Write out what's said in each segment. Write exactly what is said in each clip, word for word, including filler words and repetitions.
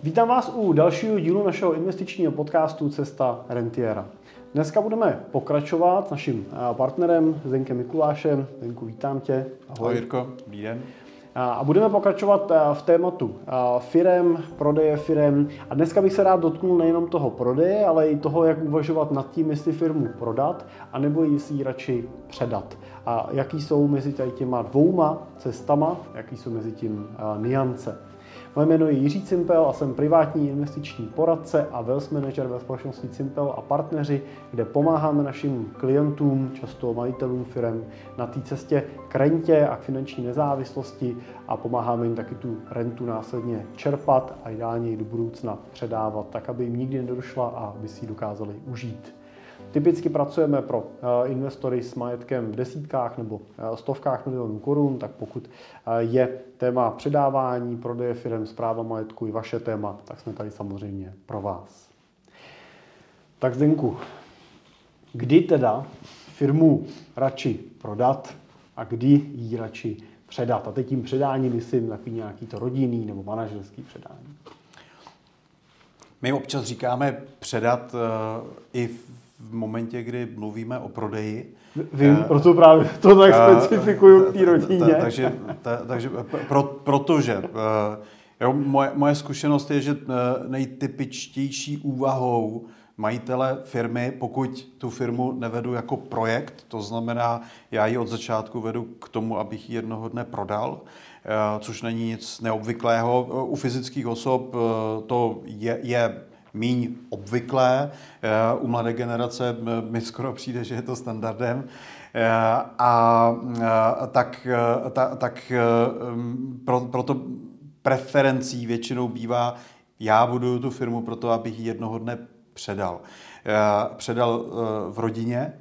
Vítám vás u dalšího dílu našeho investičního podcastu Cesta rentiera. Dneska budeme pokračovat s naším partnerem Zdeňkem Mikulášem. Zdeňku, vítám tě. Ahoj. Ahoj Jirko, dobrý den. A budeme pokračovat v tématu firem, prodeje firem. A dneska bych se rád dotknul nejenom toho prodeje, ale i toho, jak uvažovat nad tím, jestli firmu prodat, anebo jestli ji radši předat. A jaký jsou mezi těma dvouma cestama, jaký jsou mezi tím nuance. Moje jméno je Jiří Cimpel a jsem privátní investiční poradce a wealth manager ve společnosti Cimpel a partneři, kde pomáháme našim klientům, často majitelům firem, na té cestě k rentě a k finanční nezávislosti a pomáháme jim taky tu rentu následně čerpat a ideálně ji do budoucna předávat, tak aby jim nikdy nedošla a aby si ji dokázali užít. Typicky pracujeme pro investory s majetkem v desítkách nebo stovkách milionů korun, tak pokud je téma předávání, prodeje firem, správa majetku i vaše téma, tak jsme tady samozřejmě pro vás. Tak Zdenku, kdy teda firmu radši prodat a kdy ji radši předat? A teď tím předání myslím takový nějaký to rodinný nebo manažerský předání. My občas říkáme předat uh, i v momentě, kdy mluvíme o prodeji. Vím, uh, proto právě to tak uh, specifikuju k té rodině. Takže, takže pro, protože uh, jo, moje, moje zkušenost je, že nejtypičtější úvahou majitele firmy, pokud tu firmu nevedu jako projekt, to znamená, já ji od začátku vedu k tomu, abych ji jednoho dne prodal, což není nic neobvyklého. U fyzických osob to je, je míň obvyklé, u mladé generace mi skoro přijde, že je to standardem. A tak, tak, tak pro, proto preferencí většinou bývá, já buduju tu firmu proto, abych ji jednoho dne předal. Předal v rodině,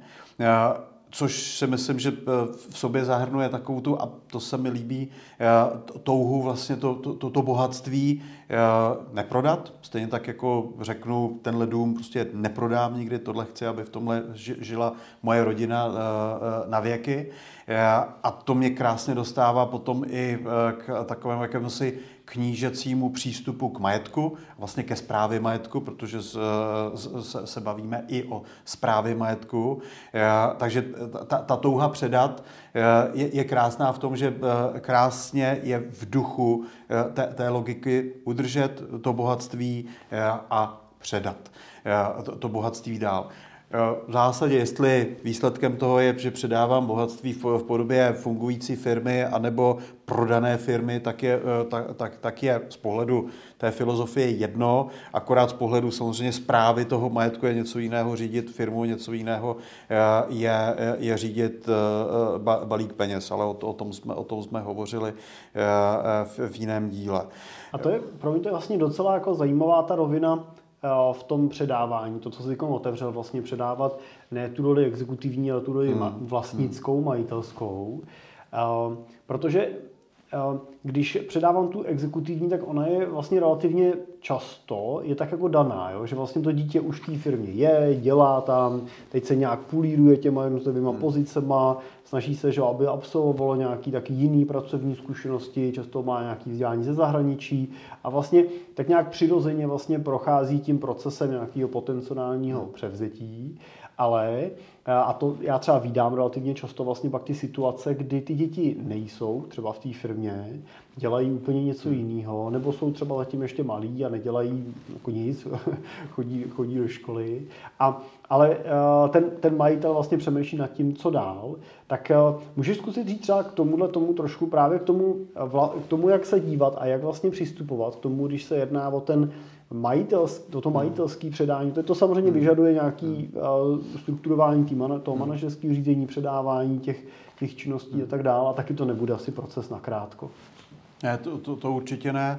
což si myslím, že v sobě zahrnuje takovou tu, a to se mi líbí, touhu vlastně to, to, to bohatství neprodat. Stejně tak jako řeknu, tenhle dům prostě neprodám nikdy, tohle chci, aby v tomhle žila moje rodina na věky. A to mě krásně dostává potom i k takovému jakémusi knížecímu přístupu k majetku, vlastně ke správě majetku, protože se, se bavíme i o správě majetku. Takže ta, ta touha předat je, je krásná v tom, že krásně je v duchu té, té logiky udržet to bohatství a předat to, to bohatství dál. V zásadě, jestli výsledkem toho je, že předávám bohatství v podobě fungující firmy anebo prodané firmy, tak je, tak, tak, tak je z pohledu té filozofie jedno, akorát z pohledu samozřejmě správy toho majetku je něco jiného řídit firmu, něco jiného je, je řídit balík peněz, ale o, to, o, tom, jsme, o tom jsme hovořili v, v jiném díle. A to je, pro mě to je vlastně docela jako zajímavá ta rovina v tom předávání, to, co jsi otevřel, vlastně předávat ne tu roli exekutivní, ale tu roli hmm. vlastnickou, majitelskou. Uh, protože uh, když předávám tu exekutivní, tak ona je vlastně relativně často, je tak jako daná, jo? Že vlastně to dítě už v té firmě je, dělá tam, teď se nějak půlíruje těma jednotlivýma hmm. pozicema, snaží se, že aby absolvovalo nějaký taky jiný pracovní zkušenosti, často má nějaký vzdělání ze zahraničí a vlastně tak nějak přirozeně vlastně prochází tím procesem nějakého potenciálního hmm. převzetí, ale a to já třeba vídám relativně často vlastně pak ty situace, kdy ty děti nejsou třeba v té firmě, dělají úplně něco jiného, nebo jsou třeba zatím ještě malí a nedělají jako nic, chodí, chodí do školy. A, ale ten, ten majitel vlastně přemýšlí nad tím, co dál. Tak můžeš zkusit říct třeba k tomuhle tomu trošku právě k tomu, k tomu, jak se dívat a jak vlastně přistupovat k tomu, když se jedná o ten majitelský, to majitelský předání. To, to samozřejmě vyžaduje nějaký strukturování týma, toho manažerského řízení, předávání těch, těch činností a tak dále. A taky to nebude asi proces nakrátko. Ne, to, to, to určitě ne.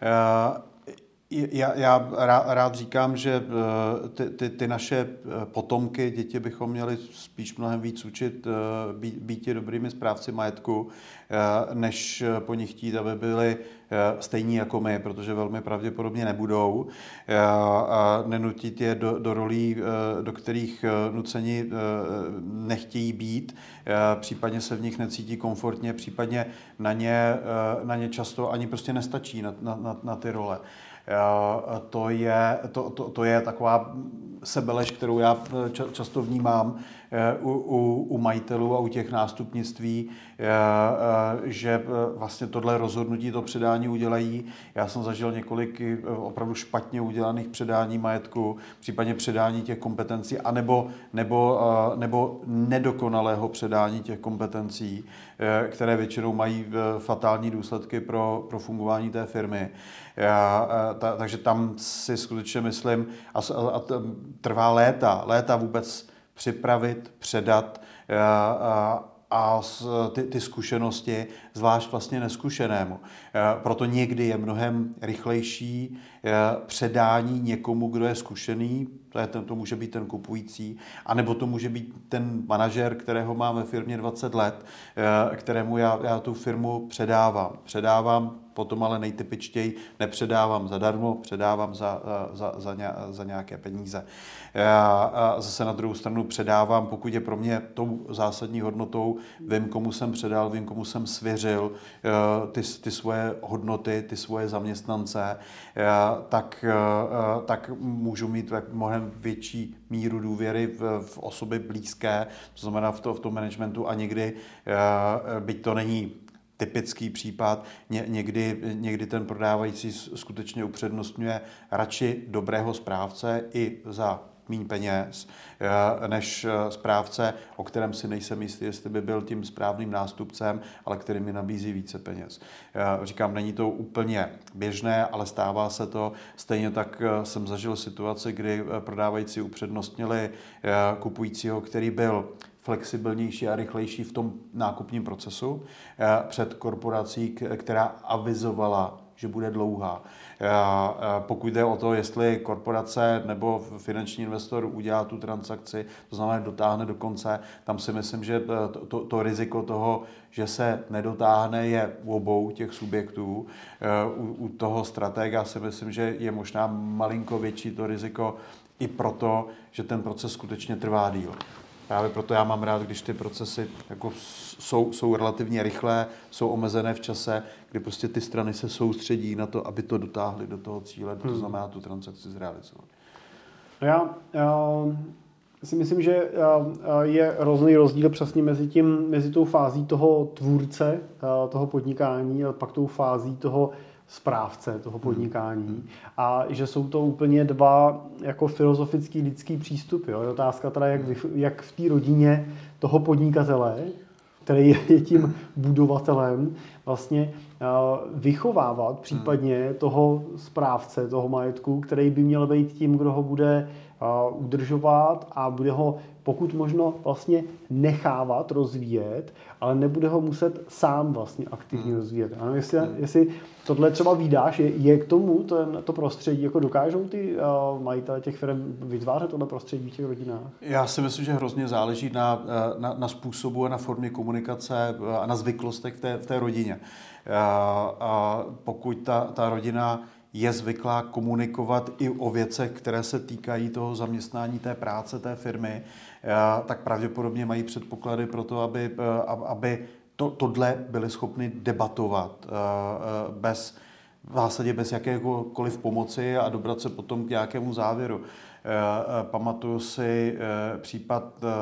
Já, já rád říkám, že ty, ty, ty naše potomky, děti bychom měli spíš mnohem víc učit být, být dobrými správci majetku, než po nich chtít, aby byli stejní jako my, protože velmi pravděpodobně nebudou. A nenutit je do, do rolí, do kterých nuceni nechtějí být, případně se v nich necítí komfortně, případně na ně, na ně často ani prostě nestačí na, na, na ty role. To je, to, to, to je taková sebelež, kterou já často vnímám u, u, u majitelů a u těch nástupnictví, že vlastně tohle rozhodnutí, to předání udělají. Já jsem zažil několik opravdu špatně udělaných předání majetku, případně předání těch kompetencí, anebo, nebo, nebo nedokonalého předání těch kompetencí, které většinou mají fatální důsledky pro, pro fungování té firmy. Já, ta, takže tam si skutečně myslím, a, a trvá léta, léta vůbec připravit, předat a, a, a ty, ty zkušenosti, zvlášť vlastně neskušenému. Proto někdy je mnohem rychlejší předání někomu, kdo je zkušený, to, je ten, to může být ten kupující, anebo to může být ten manažer, kterého mám ve firmě dvacet let, kterému já, já tu firmu předávám. Předávám potom ale nejtypičtěji nepředávám zadarmo, předávám za, za, za, za nějaké peníze. Já zase na druhou stranu předávám, pokud je pro mě tou zásadní hodnotou, vím, komu jsem předal, vím, komu jsem svěřil ty, ty svoje hodnoty, ty svoje zaměstnance, tak, tak můžu mít mnohem větší míru důvěry v, v osoby blízké, to znamená v, to, v tom managementu a někdy, byť to není typický případ, Ně, někdy, někdy ten prodávající skutečně upřednostňuje radši dobrého správce i za míň peněz, než správce, o kterém si nejsem jistý, jestli by byl tím správným nástupcem, ale který mi nabízí více peněz. Říkám, není to úplně běžné, ale stává se to. Stejně tak jsem zažil situaci, kdy prodávající upřednostnili kupujícího, který byl flexibilnější a rychlejší v tom nákupním procesu před korporací, která avizovala, že bude dlouhá. Pokud jde o to, jestli korporace nebo finanční investor udělá tu transakci, to znamená dotáhne do konce, tam si myslím, že to, to, to riziko toho, že se nedotáhne, je u obou těch subjektů. U, u toho stratega si myslím, že je možná malinko větší to riziko i proto, že ten proces skutečně trvá díl. Právě proto já mám rád, když ty procesy jako jsou, jsou relativně rychlé, jsou omezené v čase, kdy prostě ty strany se soustředí na to, aby to dotáhly do toho cíle, to znamená tu transakci zrealizovat. No já, já si myslím, že je hrozný rozdíl přesně mezi, tím, mezi tou fází toho tvůrce, toho podnikání a pak tou fází toho správce toho podnikání hmm. a že jsou to úplně dva jako filozofický lidský přístupy. Jo. Je otázka teda, jak, jak v té rodině toho podnikatele, který je tím budovatelem, vlastně vychovávat případně toho správce, toho majetku, který by měl být tím, kdo ho bude udržovat a bude ho pokud možno vlastně nechávat rozvíjet, ale nebude ho muset sám vlastně aktivně hmm. rozvíjet. Ano, jestli, hmm. jestli tohle třeba vídáš, je, je k tomu ten, to prostředí, jako dokážou ty uh, majitele těch firm vytvářet tohle prostředí v těch rodinách? Já si myslím, že hrozně záleží na, na, na způsobu a na formě komunikace a na zvyklostech v té, v té rodině. A, a pokud ta, ta rodina je zvyklá komunikovat i o věcech, které se týkají toho zaměstnání, té práce, té firmy, tak pravděpodobně mají předpoklady pro to, aby, aby to, tohle byli schopni debatovat bez, v zásadě bez jakékoliv pomoci a dobrat se potom k nějakému závěru. Pamatuju si případ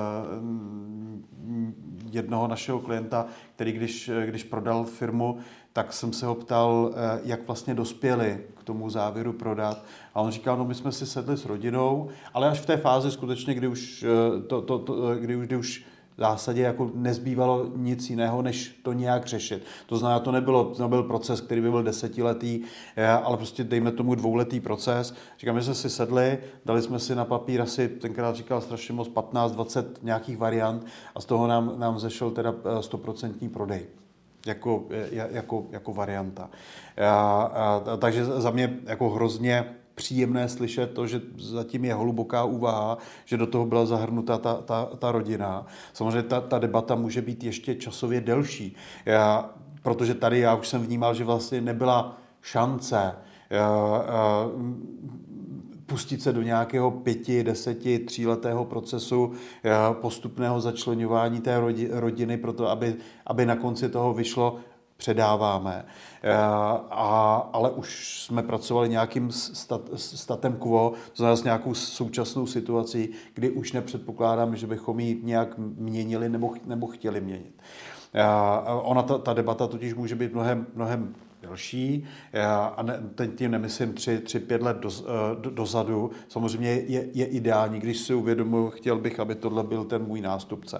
jednoho našeho klienta, který když, když prodal firmu, tak jsem se ho ptal, jak vlastně dospěli k tomu závěru prodat. A on říkal, no my jsme si sedli s rodinou, ale až v té fázi skutečně, kdy už, to, to, to, kdy už, kdy už v zásadě jako nezbývalo nic jiného, než to nějak řešit. To znamená, to nebylo, to nebyl proces, který by byl desetiletý, ale prostě dejme tomu dvouletý proces. Říkám, že jsme si sedli, dali jsme si na papír asi, tenkrát říkal strašně moc, patnáct dvacet nějakých variant a z toho nám, nám zešel teda stoprocentní prodej. Jako, jako, jako varianta. A, a, takže za mě jako hrozně příjemné slyšet to, že zatím je hluboká úvaha, že do toho byla zahrnuta ta, ta, ta rodina. Samozřejmě ta, ta debata může být ještě časově delší, já, protože tady já už jsem vnímal, že vlastně nebyla šance já, já, pustit se do nějakého pěti, deseti, tříletého procesu postupného začleňování té rodiny, proto aby, aby na konci toho vyšlo, předáváme, a, ale už jsme pracovali nějakým stat, statem quo, to znamená s nějakou současnou situací, kdy už nepředpokládáme, že bychom ji nějak měnili nebo, nebo chtěli měnit. Ona, ta, ta debata totiž může být mnohem, mnohem delší a ne, tím nemyslím tři, tři, pět let do, do, dozadu. Samozřejmě je, je ideální, když si uvědomuji, chtěl bych, aby tohle byl ten můj nástupce.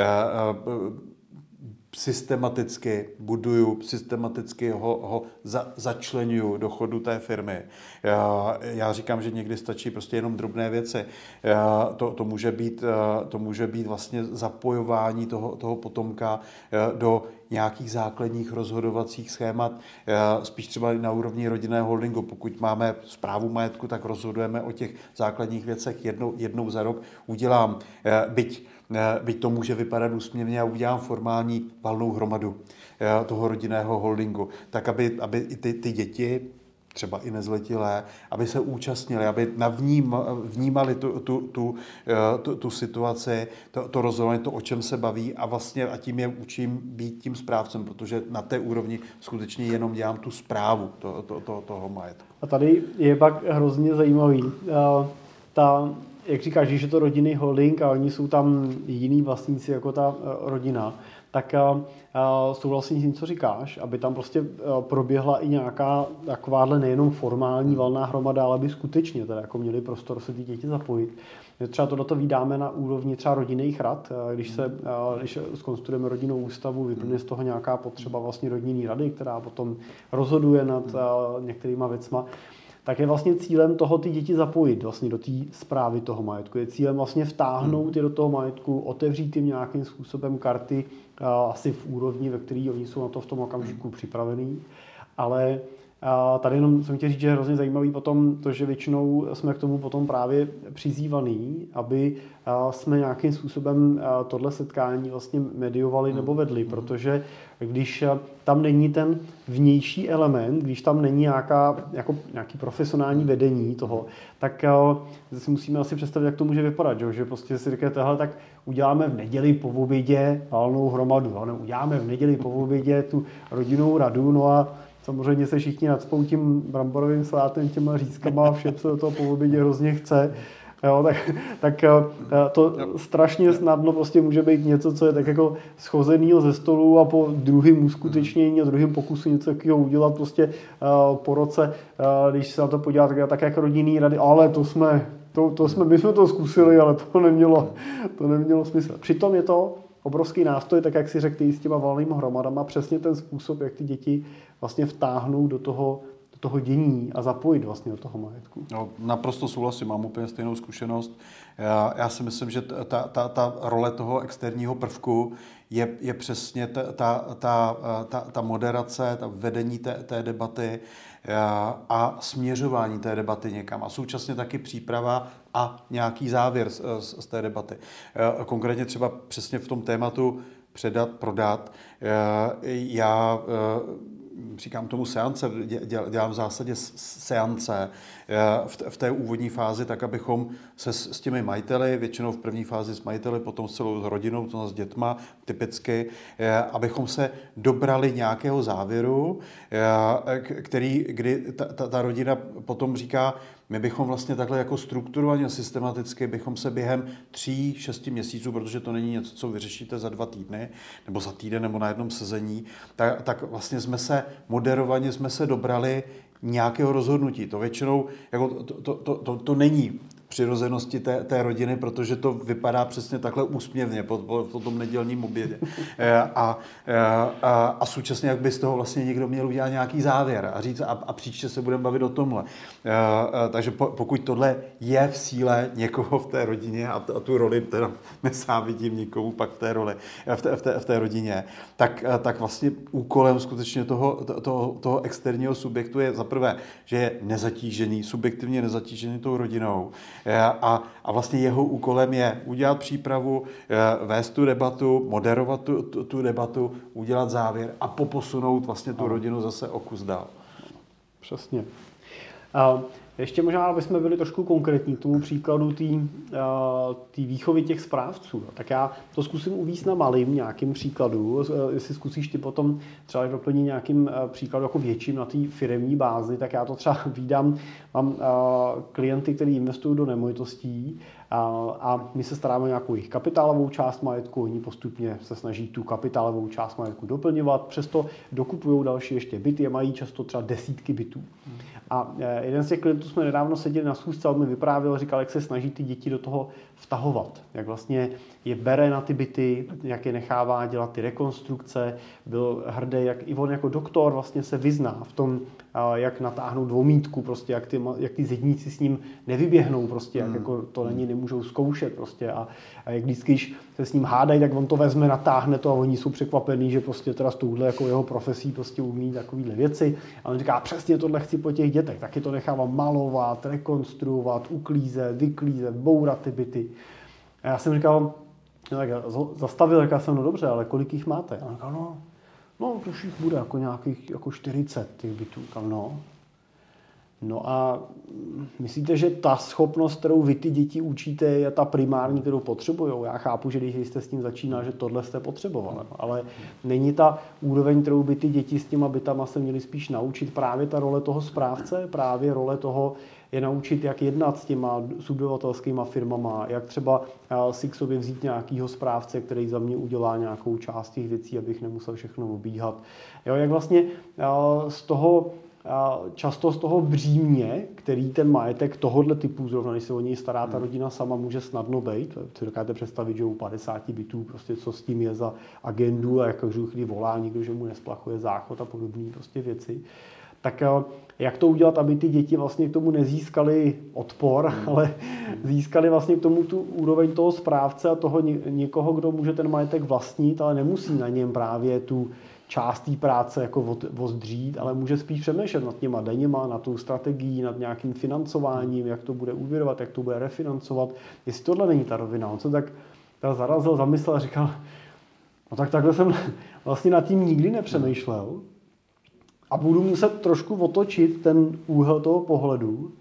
Systematicky buduju, systematicky ho, ho za, začlenuju do chodu té firmy. Já, já říkám, že někdy stačí prostě jenom drobné věci. Já, to, to, může být, to může být vlastně zapojování toho, toho potomka do nějakých základních rozhodovacích schémat, spíš třeba na úrovni rodinného holdingu. Pokud máme správu majetku, tak rozhodujeme o těch základních věcech jednou, jednou za rok. Udělám, byť Byť to může vypadat úsměvně, a udělám formální valnou hromadu toho rodinného holdingu, tak aby, aby i ty, ty děti, třeba i nezletilé, aby se účastnili, aby navním, vnímali tu, tu, tu, tu, tu situaci, to, to rozhodování, to, o čem se baví, a vlastně a tím je učím být tím správcem, protože na té úrovni skutečně jenom dělám tu správu to, to, to, toho majetku. A tady je pak hrozně zajímavý. Ta jak říkáš, že je to rodinný holding a oni jsou tam jiní vlastníci jako ta rodina, tak souhlasím s tím, co říkáš, aby tam prostě proběhla i nějaká takováhle nejenom formální valná hromada, ale aby skutečně teda jako měli prostor se ty děti zapojit. Třeba tohleto vydáme na úrovni třeba rodinných rad, když se když zkonstruujeme rodinnou ústavu, vyplně z toho nějaká potřeba vlastně rodinný rady, která potom rozhoduje nad některýma věcma. Tak je vlastně cílem toho ty děti zapojit vlastně do té správy toho majetku. Je cílem vlastně vtáhnout je do toho majetku, otevřít jim nějakým způsobem karty asi v úrovni, ve které oni jsou na to v tom okamžiku připravení. Ale tady jenom jsem chtěl říct, že je hrozně zajímavý potom to, že většinou jsme k tomu potom právě přizývaný, aby jsme nějakým způsobem tohle setkání vlastně mediovali nebo vedli, protože když tam není ten vnější element, když tam není nějaká, jako nějaký profesionální vedení toho, tak si musíme asi představit, jak to může vypadat, že, že prostě si říkáte, hele, tak uděláme v neděli po obědě valnou hromadu, ne? Uděláme v neděli po obědě tu rodinnou radu, no a samozřejmě se všichni nacpou tím bramborovým salátem, těma řízkama a všem se do toho po obědě hrozně chce. Jo, tak, tak to strašně snadno prostě může být něco, co je tak jako schozenýho ze stolu a po druhém uskutečnění a druhém pokusu něco takového udělat prostě po roce, když se na to podíváte, tak jako rodinný rady, ale to jsme, to, to jsme, my jsme to zkusili, ale to nemělo, to nemělo smysl. Přitom je to obrovský nástroj, tak jak si řekl ty s těma valnými hromadama, přesně ten způsob, jak ty děti vlastně vtáhnou do toho, do toho dění a zapojit vlastně do toho majetku. No, naprosto souhlasím, mám úplně stejnou zkušenost. Já, já si myslím, že ta, ta, ta role toho externího prvku je, je přesně ta, ta, ta, ta, ta moderace, ta vedení té, té debaty a směřování té debaty někam. A současně taky příprava a nějaký závěr z, z, z té debaty. Konkrétně třeba přesně v tom tématu předat, prodat. Já říkám tomu seance, dělám v zásadě seance v té úvodní fázi, tak abychom se s těmi majiteli, většinou v první fázi s majiteli, potom s celou rodinou, to s dětma typicky, abychom se dobrali nějakého závěru, který, kdy ta, ta, ta rodina potom říká, my bychom vlastně takhle jako strukturovaně, systematicky bychom se během tří, šesti měsíců, protože to není něco, co vyřešíte za dva týdny, nebo za týden, nebo na jednom sezení, tak, tak vlastně jsme se moderovaně jsme se dobrali nějakého rozhodnutí. To většinou, jako to, to, to, to, to není přirozenosti té, té rodiny, protože to vypadá přesně takhle úsměvně po, po, po tom nedělním obědě. A, a, a současně, jak by z toho vlastně někdo měl udělat nějaký závěr a říct, a, a příště se budeme bavit o tomhle. Takže po, pokud tohle je v síle někoho v té rodině a, a tu roli teda nesávidím nikomu pak v té roli, v té, v té, v té rodině, tak, tak vlastně úkolem skutečně toho, toho, toho externího subjektu je za prvé, že je nezatížený, subjektivně nezatížený tou rodinou. A, a vlastně jeho úkolem je udělat přípravu, vést tu debatu, moderovat tu, tu, tu debatu, udělat závěr a poposunout vlastně tu rodinu zase o kus dál. Přesně. A ještě možná, aby jsme byli trošku konkrétní k tomu příkladu té výchovy těch správců. Tak já to zkusím uvést na malým nějakým příkladu. Jestli zkusíš ty potom třeba doplnit nějakým příkladu jako větším na té firemní bázi, tak já to třeba vídám. Mám klienty, kteří investují do nemovitostí a my se staráme o nějakou jejich kapitálovou část majetku, oni postupně se snaží tu kapitálovou část majetku doplňovat, přesto dokupují další ještě byty a mají často třeba desítky bytů. A jeden z těch klientů jsme nedávno seděli na schůzce a on mi vyprávěl, říkal, jak se snaží ty děti do toho vtahovat, jak vlastně je bere na ty byty, jak je nechává dělat ty rekonstrukce, byl hrdý, jak i on jako doktor vlastně se vyzná v tom, jak natáhnout dvomítku, prostě, jak ty, jak ty zedníci s ním nevyběhnou, prostě, jak jako to není, nemůžou zkoušet prostě a, a jak vždycky, když se s ním hádají, tak on to vezme, natáhne to a oni jsou překvapení, že prostě teda s touhle jako jeho profesí prostě umí takovýhle věci. A on říká, přesně tohle chci po těch dětech, taky to nechávám malovat, rekonstruovat, uklízet, vyklízet, bourat ty byty. A já jsem říkal, no tak já zastavil, říkal jsem, no dobře, ale kolik jich máte? A on říkal, no, no to už jich bude jako nějakých jako čtyřicet těch bytů. Říkal, no. No a myslíte, že ta schopnost, kterou vy ty děti učíte, je ta primární, kterou potřebujou? Já chápu, že když jste s tím začínal, že tohle jste potřebovali, ale není ta úroveň, kterou by ty děti s těma bytama se měly spíš naučit, právě ta role toho správce, právě role toho je naučit, jak jednat s těma subdodavatelskýma firmama, jak třeba si k sobě vzít nějakýho správce, který za mě udělá nějakou část těch věcí, abych nemusel všechno obíhat. Jo, jak vlastně z toho často z toho břímě, který ten majetek tohohle typu, zrovna když se o něj stará ta rodina sama, může snadno být. Si dokážete představit, že u padesáti bytů, prostě co s tím je za agendu a jak chvíli volá někdo, že mu nesplachuje záchod a podobné prostě věci. Tak jak to udělat, aby ty děti vlastně k tomu nezískaly odpor, hmm. ale získaly vlastně k tomu tu úroveň toho správce a toho někoho, kdo může ten majetek vlastnit, ale nemusí na něm právě tu část té práce jako vozdřít, ale může spíš přemýšlet nad těma daněma, nad tou strategií, nad nějakým financováním, jak to bude úvěrovat, jak to bude refinancovat. Jestli tohle není ta rovina, on se tak, tak zarazil, zamyslel a říkal, no tak takhle jsem vlastně nad tím nikdy nepřemýšlel a budu muset trošku otočit ten úhel toho pohledu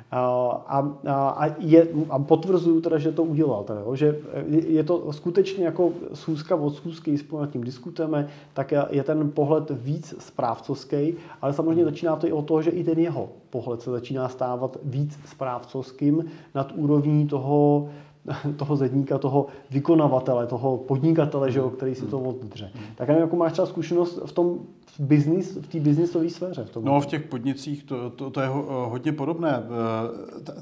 a, a, a, je, a potvrzuju teda, že to udělal. Teda, jo, že je to skutečně jako schůzka od schůzky, spolu nad tím diskutujeme, tak je ten pohled víc správcovský, ale samozřejmě začíná to i od toho, že i ten jeho pohled se začíná stávat víc správcovským nad úrovní toho, toho zedníka, toho vykonavatele, toho podnikatele, že, který si to oddře. Tak nevím, jako máš třeba zkušenost v tom business, v té biznisové sféře? V tom no, v těch podnicích to, to, to je hodně podobné. Ta,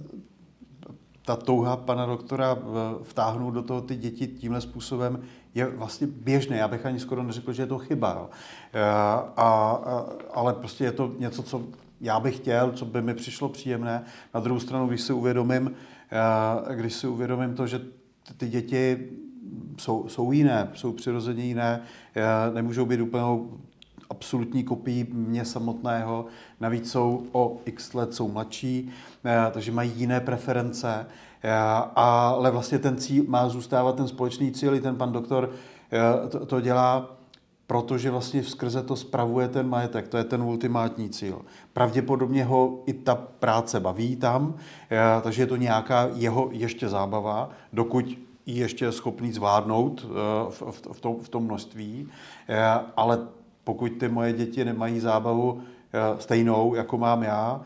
ta touha pana doktora vtáhnout do toho ty děti tímhle způsobem je vlastně běžné. Já bych ani skoro neřekl, že je to chyba. A, a, ale prostě je to něco, co já bych chtěl, co by mi přišlo příjemné. Na druhou stranu, když si uvědomím, když si uvědomím to, že ty děti jsou, jsou jiné, jsou přirozeně jiné, nemůžou být úplnou absolutní kopií mě samotného, navíc jsou o x let, jsou mladší, takže mají jiné preference, ale vlastně ten cíl má zůstávat ten společný cíl, i ten pan doktor to, to dělá, protože vlastně skrze to spravuje ten majetek, to je ten ultimátní cíl. Pravděpodobně ho i ta práce baví tam, takže je to nějaká jeho ještě zábava, dokud ji ještě je schopný zvládnout v, v, v, tom, v tom množství, ale pokud ty moje děti nemají zábavu stejnou, jako mám já,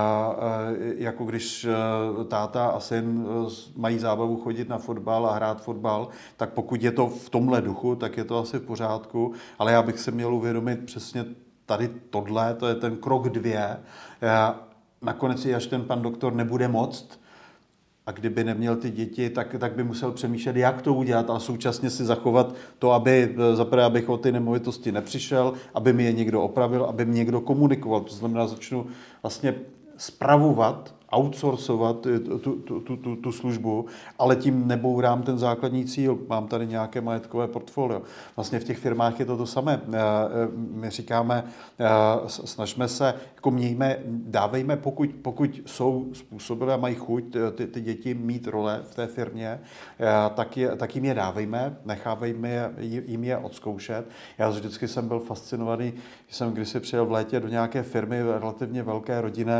jako když táta a syn mají zábavu chodit na fotbal a hrát fotbal, tak pokud je to v tomhle duchu, tak je to asi v pořádku, ale já bych se měl uvědomit přesně tady tohle, to je ten krok dvě. Nakonec i až ten pan doktor nebude moct, a kdyby neměl ty děti, tak, tak by musel přemýšlet, jak to udělat a současně si zachovat to, aby zaprvé, abych o ty nemovitosti nepřišel, aby mi je někdo opravil, aby mi někdo komunikoval. To znamená, začnu vlastně spravovat, outsourcovat tu, tu, tu, tu, tu službu, ale tím nebourám ten základní cíl. Mám tady nějaké majetkové portfolio. Vlastně v těch firmách je to to samé. My říkáme, snažme se, jako mějme, dávejme, pokud, pokud jsou způsobilé a mají chuť ty, ty děti mít role v té firmě, tak, je, tak jim je dávejme, nechávejme je, jim je odzkoušet. Já vždycky jsem byl fascinovaný, když jsem kdysi přijel v létě do nějaké firmy relativně velké rodinné,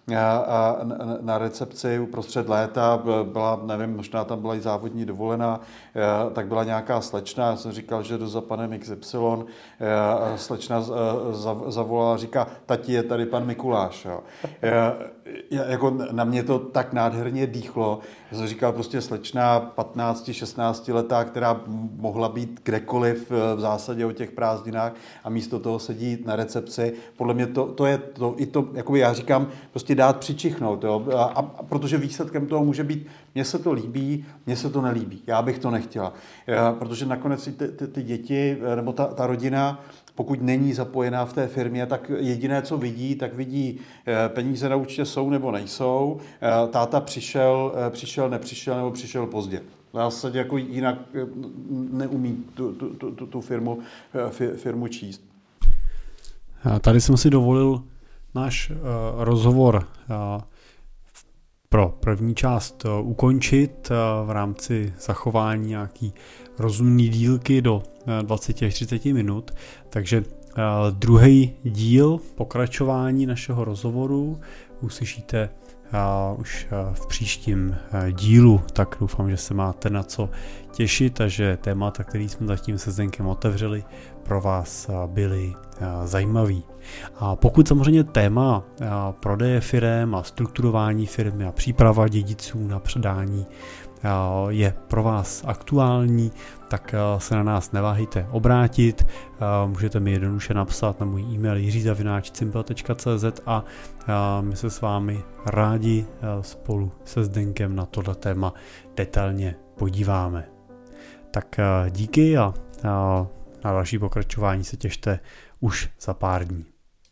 na recepci uprostřed léta, byla, nevím, možná tam byla i závodní dovolená, tak byla nějaká slečna, já jsem říkal, že jdu za panem X Y, slečna zavolala a říká, tati, je tady pan Mikuláš. Jo. Jako na mě to tak nádherně dýchlo, já jsem říkal, prostě slečna patnáct šestnáct letá, která mohla být kdekoliv v zásadě o těch prázdninách a místo toho sedí na recepci. Podle mě to, to je to, i to, jakoby já říkám, prostě dát přičichnout, jo? A, a protože výsledkem toho může být, mně se to líbí, mně se to nelíbí, já bych to nechtěla. Já, protože nakonec ty, ty, ty děti, nebo ta, ta rodina, pokud není zapojená v té firmě, tak jediné, co vidí, tak vidí peníze na účtě jsou nebo nejsou, táta přišel, přišel, nepřišel nebo přišel pozdě. V zásadě jako jinak neumí tu, tu, tu, tu firmu, firmu číst. Tady jsem si dovolil náš uh, rozhovor uh, pro první část uh, ukončit uh, v rámci zachování nějaký rozumný dílky do uh, dvacet až třicet minut. Takže uh, druhý díl pokračování našeho rozhovoru uslyšíte uh, už uh, v příštím uh, dílu, tak doufám, že se máte na co těšit a že témata, který jsme zatím se Zdenkem otevřeli, pro vás uh, byly uh, zajímavý. A pokud samozřejmě téma uh, prodeje firem a strukturování firmy a příprava dědiců na předání uh, je pro vás aktuální, tak uh, se na nás neváhejte obrátit. Uh, můžete mi jednoduše napsat na můj e-mail jiří zavináč cimpel tečka cé zet a uh, my se s vámi rádi uh, spolu se Zdenkem na tohle téma detailně podíváme. Tak uh, díky a uh, na další pokračování se těšte už za pár dní.